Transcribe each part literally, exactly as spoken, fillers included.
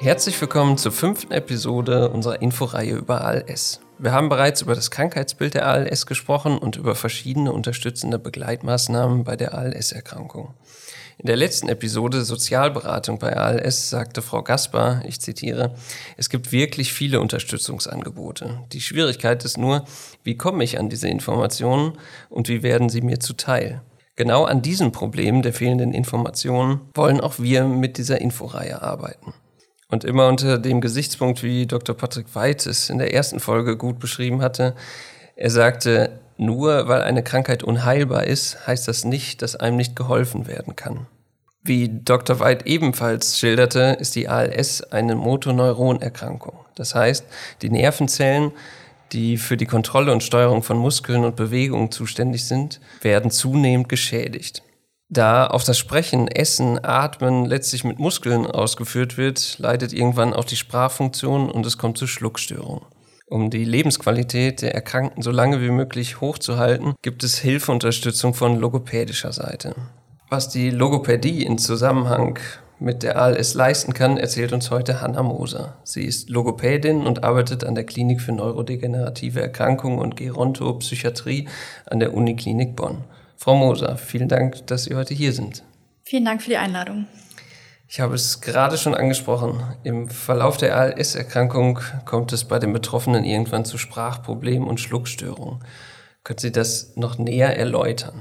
Herzlich willkommen zur fünften Episode unserer Inforeihe über A L S. Wir haben bereits über das Krankheitsbild der A L S gesprochen und über verschiedene unterstützende Begleitmaßnahmen bei der A L S-Erkrankung. In der letzten Episode Sozialberatung bei A L S sagte Frau Gaspar, ich zitiere, es gibt wirklich viele Unterstützungsangebote. Die Schwierigkeit ist nur, wie komme ich an diese Informationen und wie werden sie mir zuteil? Genau an diesem Problem der fehlenden Informationen wollen auch wir mit dieser Inforeihe arbeiten. Und immer unter dem Gesichtspunkt, wie Doktor Patrick Veit es in der ersten Folge gut beschrieben hatte. Er sagte, nur weil eine Krankheit unheilbar ist, heißt das nicht, dass einem nicht geholfen werden kann. Wie Doktor Veit ebenfalls schilderte, ist die A L S eine Motoneuronerkrankung. Das heißt, die Nervenzellen, die für die Kontrolle und Steuerung von Muskeln und Bewegungen zuständig sind, werden zunehmend geschädigt. Da auf das Sprechen, Essen, Atmen letztlich mit Muskeln ausgeführt wird, leidet irgendwann auch die Sprachfunktion und es kommt zu Schluckstörungen. Um die Lebensqualität der Erkrankten so lange wie möglich hochzuhalten, gibt es Hilfeunterstützung von logopädischer Seite. Was die Logopädie in Zusammenhang mit der A L S leisten kann, erzählt uns heute Hanna Moser. Sie ist Logopädin und arbeitet an der Klinik für neurodegenerative Erkrankungen und Gerontopsychiatrie an der Uniklinik Bonn. Frau Moser, vielen Dank, dass Sie heute hier sind. Vielen Dank für die Einladung. Ich habe es gerade schon angesprochen. Im Verlauf der A L S-Erkrankung kommt es bei den Betroffenen irgendwann zu Sprachproblemen und Schluckstörungen. Können Sie das noch näher erläutern?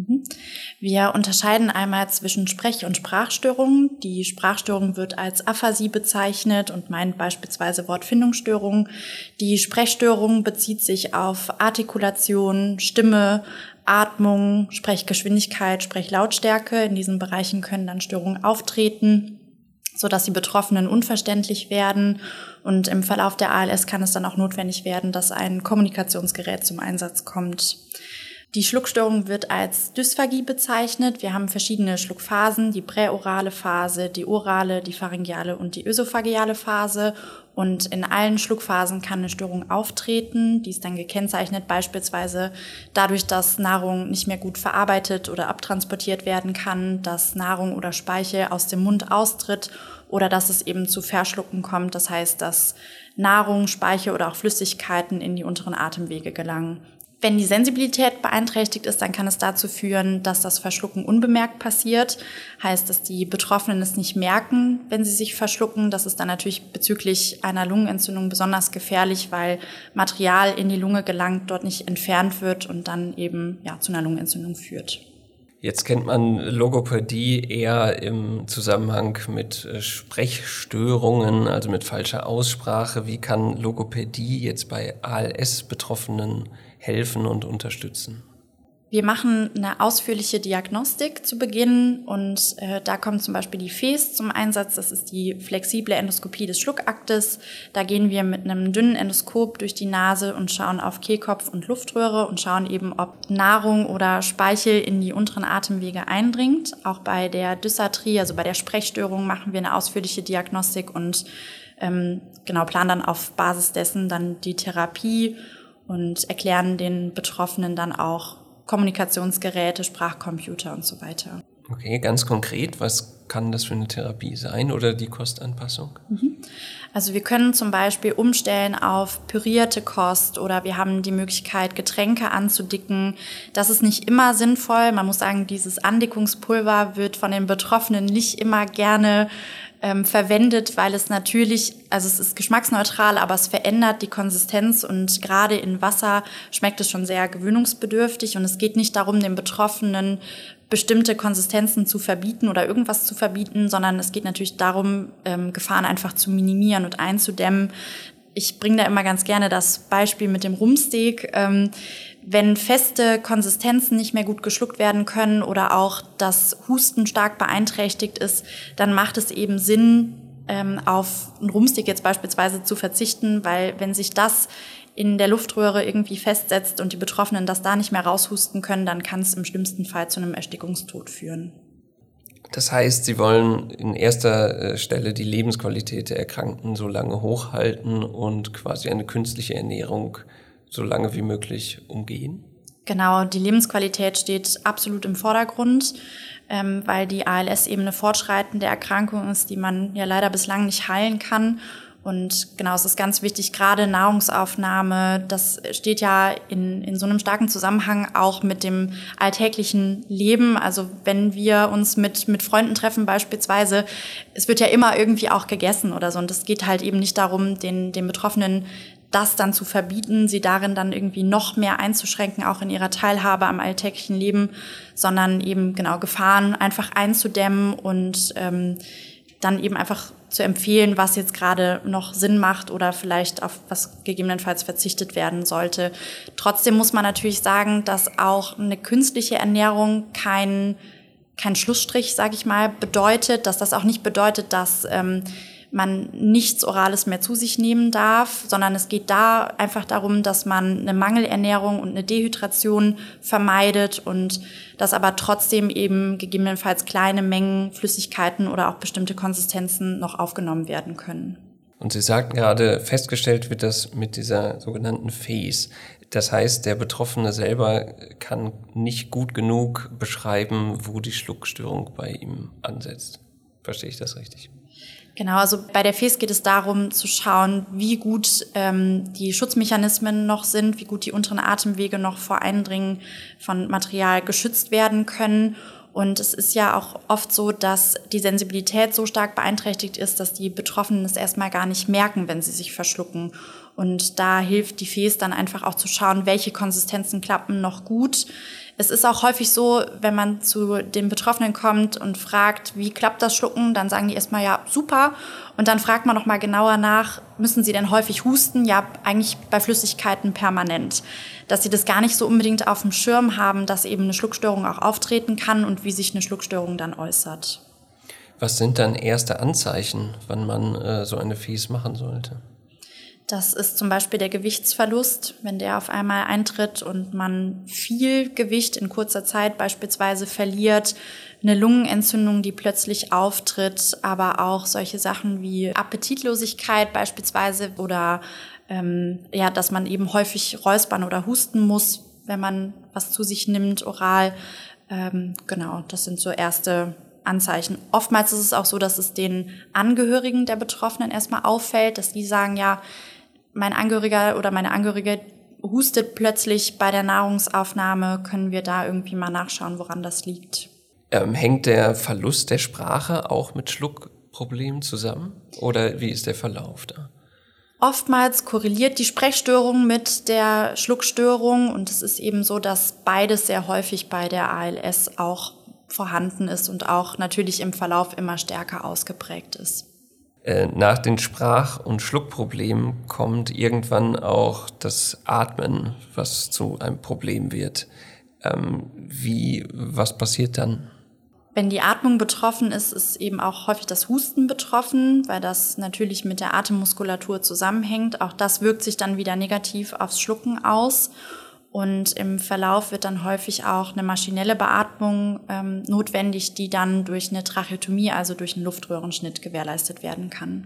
Wir unterscheiden einmal zwischen Sprech- und Sprachstörungen. Die Sprachstörung wird als Aphasie bezeichnet und meint beispielsweise Wortfindungsstörungen. Die Sprechstörung bezieht sich auf Artikulation, Stimme, Atmung, Sprechgeschwindigkeit, Sprechlautstärke. In diesen Bereichen können dann Störungen auftreten, sodass die Betroffenen unverständlich werden. Und im Verlauf der A L S kann es dann auch notwendig werden, dass ein Kommunikationsgerät zum Einsatz kommt. Die Schluckstörung wird als Dysphagie bezeichnet. Wir haben verschiedene Schluckphasen, die präorale Phase, die orale, die pharyngeale und die ösophageale Phase. Und in allen Schluckphasen kann eine Störung auftreten. Die ist dann gekennzeichnet beispielsweise dadurch, dass Nahrung nicht mehr gut verarbeitet oder abtransportiert werden kann, dass Nahrung oder Speichel aus dem Mund austritt oder dass es eben zu Verschlucken kommt. Das heißt, dass Nahrung, Speichel oder auch Flüssigkeiten in die unteren Atemwege gelangen. Wenn die Sensibilität beeinträchtigt ist, dann kann es dazu führen, dass das Verschlucken unbemerkt passiert. Heißt, dass die Betroffenen es nicht merken, wenn sie sich verschlucken. Das ist dann natürlich bezüglich einer Lungenentzündung besonders gefährlich, weil Material in die Lunge gelangt, dort nicht entfernt wird und dann eben ja, zu einer Lungenentzündung führt. Jetzt kennt man Logopädie eher im Zusammenhang mit Sprechstörungen, also mit falscher Aussprache. Wie kann Logopädie jetzt bei A L S-Betroffenen helfen und unterstützen? Wir machen eine ausführliche Diagnostik zu Beginn und äh, da kommt zum Beispiel die F E S zum Einsatz. Das ist die flexible Endoskopie des Schluckaktes. Da gehen wir mit einem dünnen Endoskop durch die Nase und schauen auf Kehlkopf und Luftröhre und schauen eben, ob Nahrung oder Speichel in die unteren Atemwege eindringt. Auch bei der Dysarthrie, also bei der Sprechstörung, machen wir eine ausführliche Diagnostik und ähm, genau planen dann auf Basis dessen dann die Therapie und erklären den Betroffenen dann auch Kommunikationsgeräte, Sprachcomputer und so weiter. Okay, ganz konkret, was kann das für eine Therapie sein oder die Kostanpassung? Also wir können zum Beispiel umstellen auf pürierte Kost oder wir haben die Möglichkeit, Getränke anzudicken. Das ist nicht immer sinnvoll. Man muss sagen, dieses Andickungspulver wird von den Betroffenen nicht immer gerne ähm, verwendet, weil es natürlich, also es ist geschmacksneutral, aber es verändert die Konsistenz und gerade in Wasser schmeckt es schon sehr gewöhnungsbedürftig und es geht nicht darum, den Betroffenen bestimmte Konsistenzen zu verbieten oder irgendwas zu verbieten, sondern es geht natürlich darum, ähm, Gefahren einfach zu minimieren und einzudämmen. Ich bringe da immer ganz gerne das Beispiel mit dem Rumpsteak. Ähm, wenn feste Konsistenzen nicht mehr gut geschluckt werden können oder auch das Husten stark beeinträchtigt ist, dann macht es eben Sinn, ähm, auf einen Rumpsteak jetzt beispielsweise zu verzichten, weil wenn sich das in der Luftröhre irgendwie festsetzt und die Betroffenen das da nicht mehr raushusten können, dann kann es im schlimmsten Fall zu einem Erstickungstod führen. Das heißt, Sie wollen in erster Stelle die Lebensqualität der Erkrankten so lange hochhalten und quasi eine künstliche Ernährung so lange wie möglich umgehen? Genau, die Lebensqualität steht absolut im Vordergrund, ähm, weil die A L S eben eine fortschreitende Erkrankung ist, die man ja leider bislang nicht heilen kann. Und genau, es ist ganz wichtig, gerade Nahrungsaufnahme, das steht ja in, in so einem starken Zusammenhang auch mit dem alltäglichen Leben. Also wenn wir uns mit, mit Freunden treffen beispielsweise, es wird ja immer irgendwie auch gegessen oder so. Und es geht halt eben nicht darum, den, den Betroffenen das dann zu verbieten, sie darin dann irgendwie noch mehr einzuschränken, auch in ihrer Teilhabe am alltäglichen Leben, sondern eben genau Gefahren einfach einzudämmen und ähm, dann eben einfach zu empfehlen, was jetzt gerade noch Sinn macht oder vielleicht auf was gegebenenfalls verzichtet werden sollte. Trotzdem muss man natürlich sagen, dass auch eine künstliche Ernährung kein, kein Schlussstrich, sage ich mal, bedeutet, dass das auch nicht bedeutet, dass ähm, man nichts Orales mehr zu sich nehmen darf, sondern es geht da einfach darum, dass man eine Mangelernährung und eine Dehydration vermeidet und dass aber trotzdem eben gegebenenfalls kleine Mengen Flüssigkeiten oder auch bestimmte Konsistenzen noch aufgenommen werden können. Und Sie sagten gerade, festgestellt wird das mit dieser sogenannten F A C E. Das heißt, der Betroffene selber kann nicht gut genug beschreiben, wo die Schluckstörung bei ihm ansetzt. Verstehe ich das richtig? Genau, also bei der F A C E geht es darum zu schauen, wie gut ähm, die Schutzmechanismen noch sind, wie gut die unteren Atemwege noch vor Eindringen von Material geschützt werden können. Und es ist ja auch oft so, dass die Sensibilität so stark beeinträchtigt ist, dass die Betroffenen es erstmal gar nicht merken, wenn sie sich verschlucken. Und da hilft die F A C E dann einfach auch zu schauen, welche Konsistenzen klappen noch gut. Es ist auch häufig so, wenn man zu den Betroffenen kommt und fragt, wie klappt das Schlucken, dann sagen die erstmal, ja, super. Und dann fragt man noch mal genauer nach, müssen sie denn häufig husten? Ja, eigentlich bei Flüssigkeiten permanent. Dass sie das gar nicht so unbedingt auf dem Schirm haben, dass eben eine Schluckstörung auch auftreten kann und wie sich eine Schluckstörung dann äußert. Was sind dann erste Anzeichen, wann man äh, so eine F A C E machen sollte? Das ist zum Beispiel der Gewichtsverlust, wenn der auf einmal eintritt und man viel Gewicht in kurzer Zeit beispielsweise verliert, eine Lungenentzündung, die plötzlich auftritt, aber auch solche Sachen wie Appetitlosigkeit beispielsweise oder ähm, ja, dass man eben häufig räuspern oder husten muss, wenn man was zu sich nimmt, oral. Ähm, genau, das sind so erste Anzeichen. Oftmals ist es auch so, dass es den Angehörigen der Betroffenen erstmal auffällt, dass die sagen, ja, mein Angehöriger oder meine Angehörige hustet plötzlich bei der Nahrungsaufnahme, können wir da irgendwie mal nachschauen, woran das liegt. Ähm, hängt der Verlust der Sprache auch mit Schluckproblemen zusammen? Oder wie ist der Verlauf da? Oftmals korreliert die Sprechstörung mit der Schluckstörung und es ist eben so, dass beides sehr häufig bei der A L S auch vorhanden ist und auch natürlich im Verlauf immer stärker ausgeprägt ist. Nach den Sprach- und Schluckproblemen kommt irgendwann auch das Atmen, was zu einem Problem wird. Ähm, wie, was passiert dann? Wenn die Atmung betroffen ist, ist eben auch häufig das Husten betroffen, weil das natürlich mit der Atemmuskulatur zusammenhängt. Auch das wirkt sich dann wieder negativ aufs Schlucken aus. Und im Verlauf wird dann häufig auch eine maschinelle Beatmung ähm, notwendig, die dann durch eine Tracheotomie, also durch einen Luftröhrenschnitt gewährleistet werden kann.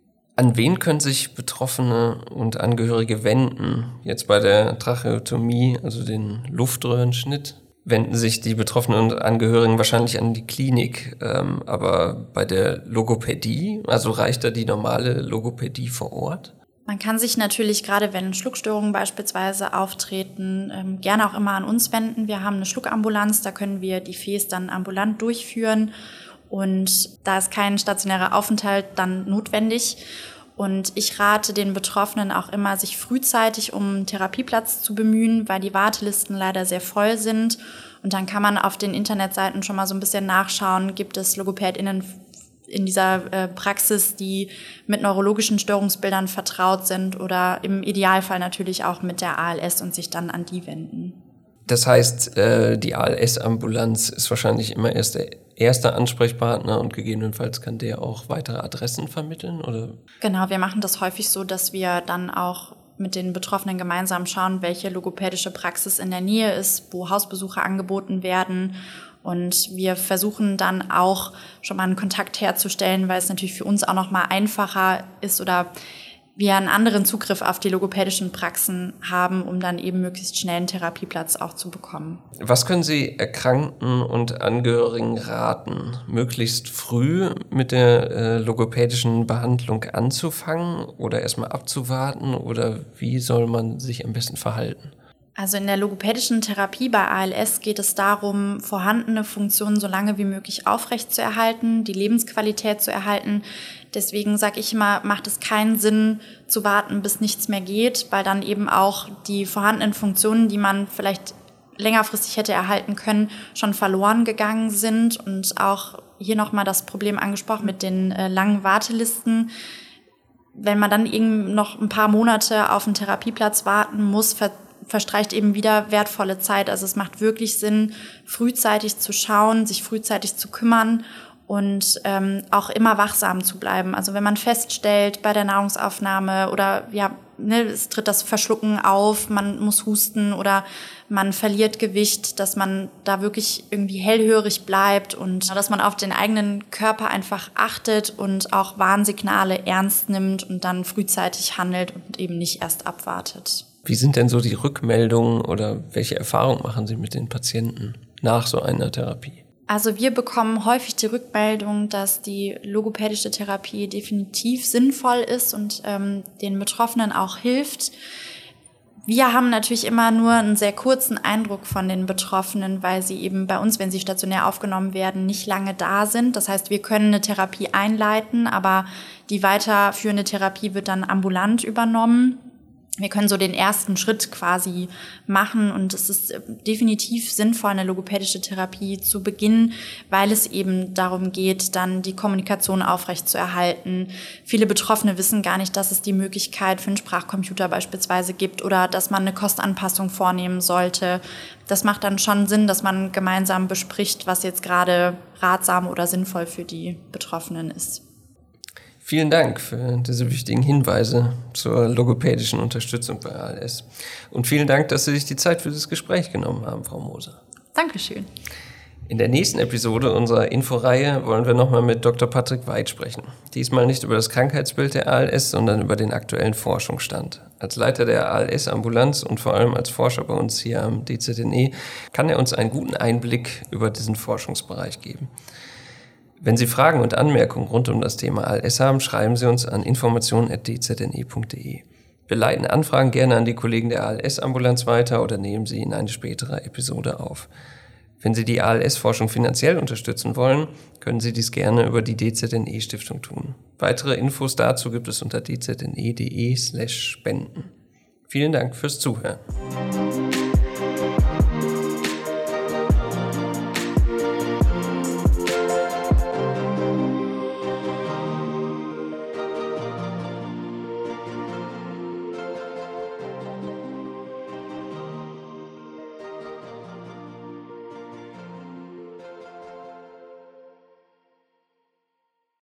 An wen können sich Betroffene und Angehörige wenden? Jetzt bei der Tracheotomie, also den Luftröhrenschnitt, wenden sich die Betroffenen und Angehörigen wahrscheinlich an die Klinik. Ähm, aber bei der Logopädie, also reicht da die normale Logopädie vor Ort? Man kann sich natürlich, gerade wenn Schluckstörungen beispielsweise auftreten, ähm, gerne auch immer an uns wenden. Wir haben eine Schluckambulanz, da können wir die F A C Es dann ambulant durchführen und da ist kein stationärer Aufenthalt dann notwendig. Und ich rate den Betroffenen auch immer, sich frühzeitig um einen Therapieplatz zu bemühen, weil die Wartelisten leider sehr voll sind. Und dann kann man auf den Internetseiten schon mal so ein bisschen nachschauen, gibt es LogopädInnen in dieser äh, Praxis, die mit neurologischen Störungsbildern vertraut sind oder im Idealfall natürlich auch mit der A L S und sich dann an die wenden. Das heißt, äh, die A L S-Ambulanz ist wahrscheinlich immer erst der erste Ansprechpartner und gegebenenfalls kann der auch weitere Adressen vermitteln, oder? Genau, wir machen das häufig so, dass wir dann auch mit den Betroffenen gemeinsam schauen, welche logopädische Praxis in der Nähe ist, wo Hausbesuche angeboten werden. Und wir versuchen dann auch schon mal einen Kontakt herzustellen, weil es natürlich für uns auch noch mal einfacher ist oder wir einen anderen Zugriff auf die logopädischen Praxen haben, um dann eben möglichst schnell einen Therapieplatz auch zu bekommen. Was können Sie Erkrankten und Angehörigen raten, möglichst früh mit der äh, logopädischen Behandlung anzufangen oder erstmal abzuwarten, oder wie soll man sich am besten verhalten? Also in der logopädischen Therapie bei A L S geht es darum, vorhandene Funktionen so lange wie möglich aufrechtzuerhalten, die Lebensqualität zu erhalten. Deswegen sage ich immer, macht es keinen Sinn zu warten, bis nichts mehr geht, weil dann eben auch die vorhandenen Funktionen, die man vielleicht längerfristig hätte erhalten können, schon verloren gegangen sind. Und auch hier nochmal das Problem angesprochen mit den äh, langen Wartelisten. Wenn man dann eben noch ein paar Monate auf einen Therapieplatz warten muss, ver- verstreicht eben wieder wertvolle Zeit. Also es macht wirklich Sinn, frühzeitig zu schauen, sich frühzeitig zu kümmern und ähm, auch immer wachsam zu bleiben. Also wenn man feststellt bei der Nahrungsaufnahme oder ja, ne, es tritt das Verschlucken auf, man muss husten oder man verliert Gewicht, dass man da wirklich irgendwie hellhörig bleibt und dass man auf den eigenen Körper einfach achtet und auch Warnsignale ernst nimmt und dann frühzeitig handelt und eben nicht erst abwartet. Wie sind denn so die Rückmeldungen oder welche Erfahrungen machen Sie mit den Patienten nach so einer Therapie? Also wir bekommen häufig die Rückmeldung, dass die logopädische Therapie definitiv sinnvoll ist und ähm, den Betroffenen auch hilft. Wir haben natürlich immer nur einen sehr kurzen Eindruck von den Betroffenen, weil sie eben bei uns, wenn sie stationär aufgenommen werden, nicht lange da sind. Das heißt, wir können eine Therapie einleiten, aber die weiterführende Therapie wird dann ambulant übernommen. Wir können so den ersten Schritt quasi machen und es ist definitiv sinnvoll, eine logopädische Therapie zu beginnen, weil es eben darum geht, dann die Kommunikation aufrechtzuerhalten. Viele Betroffene wissen gar nicht, dass es die Möglichkeit für einen Sprachcomputer beispielsweise gibt oder dass man eine Kostanpassung vornehmen sollte. Das macht dann schon Sinn, dass man gemeinsam bespricht, was jetzt gerade ratsam oder sinnvoll für die Betroffenen ist. Vielen Dank für diese wichtigen Hinweise zur logopädischen Unterstützung bei A L S. Und vielen Dank, dass Sie sich die Zeit für dieses Gespräch genommen haben, Frau Moser. Dankeschön. In der nächsten Episode unserer Inforeihe wollen wir nochmal mit Doktor Patrick Weid sprechen. Diesmal nicht über das Krankheitsbild der A L S, sondern über den aktuellen Forschungsstand. Als Leiter der A L S-Ambulanz und vor allem als Forscher bei uns hier am D Z N E kann er uns einen guten Einblick über diesen Forschungsbereich geben. Wenn Sie Fragen und Anmerkungen rund um das Thema A L S haben, schreiben Sie uns an information at d z n e punkt d e. Wir leiten Anfragen gerne an die Kollegen der A L S-Ambulanz weiter oder nehmen sie in eine spätere Episode auf. Wenn Sie die A L S-Forschung finanziell unterstützen wollen, können Sie dies gerne über die D Z N E-Stiftung tun. Weitere Infos dazu gibt es unter d z n e punkt d e slash spenden. Vielen Dank fürs Zuhören.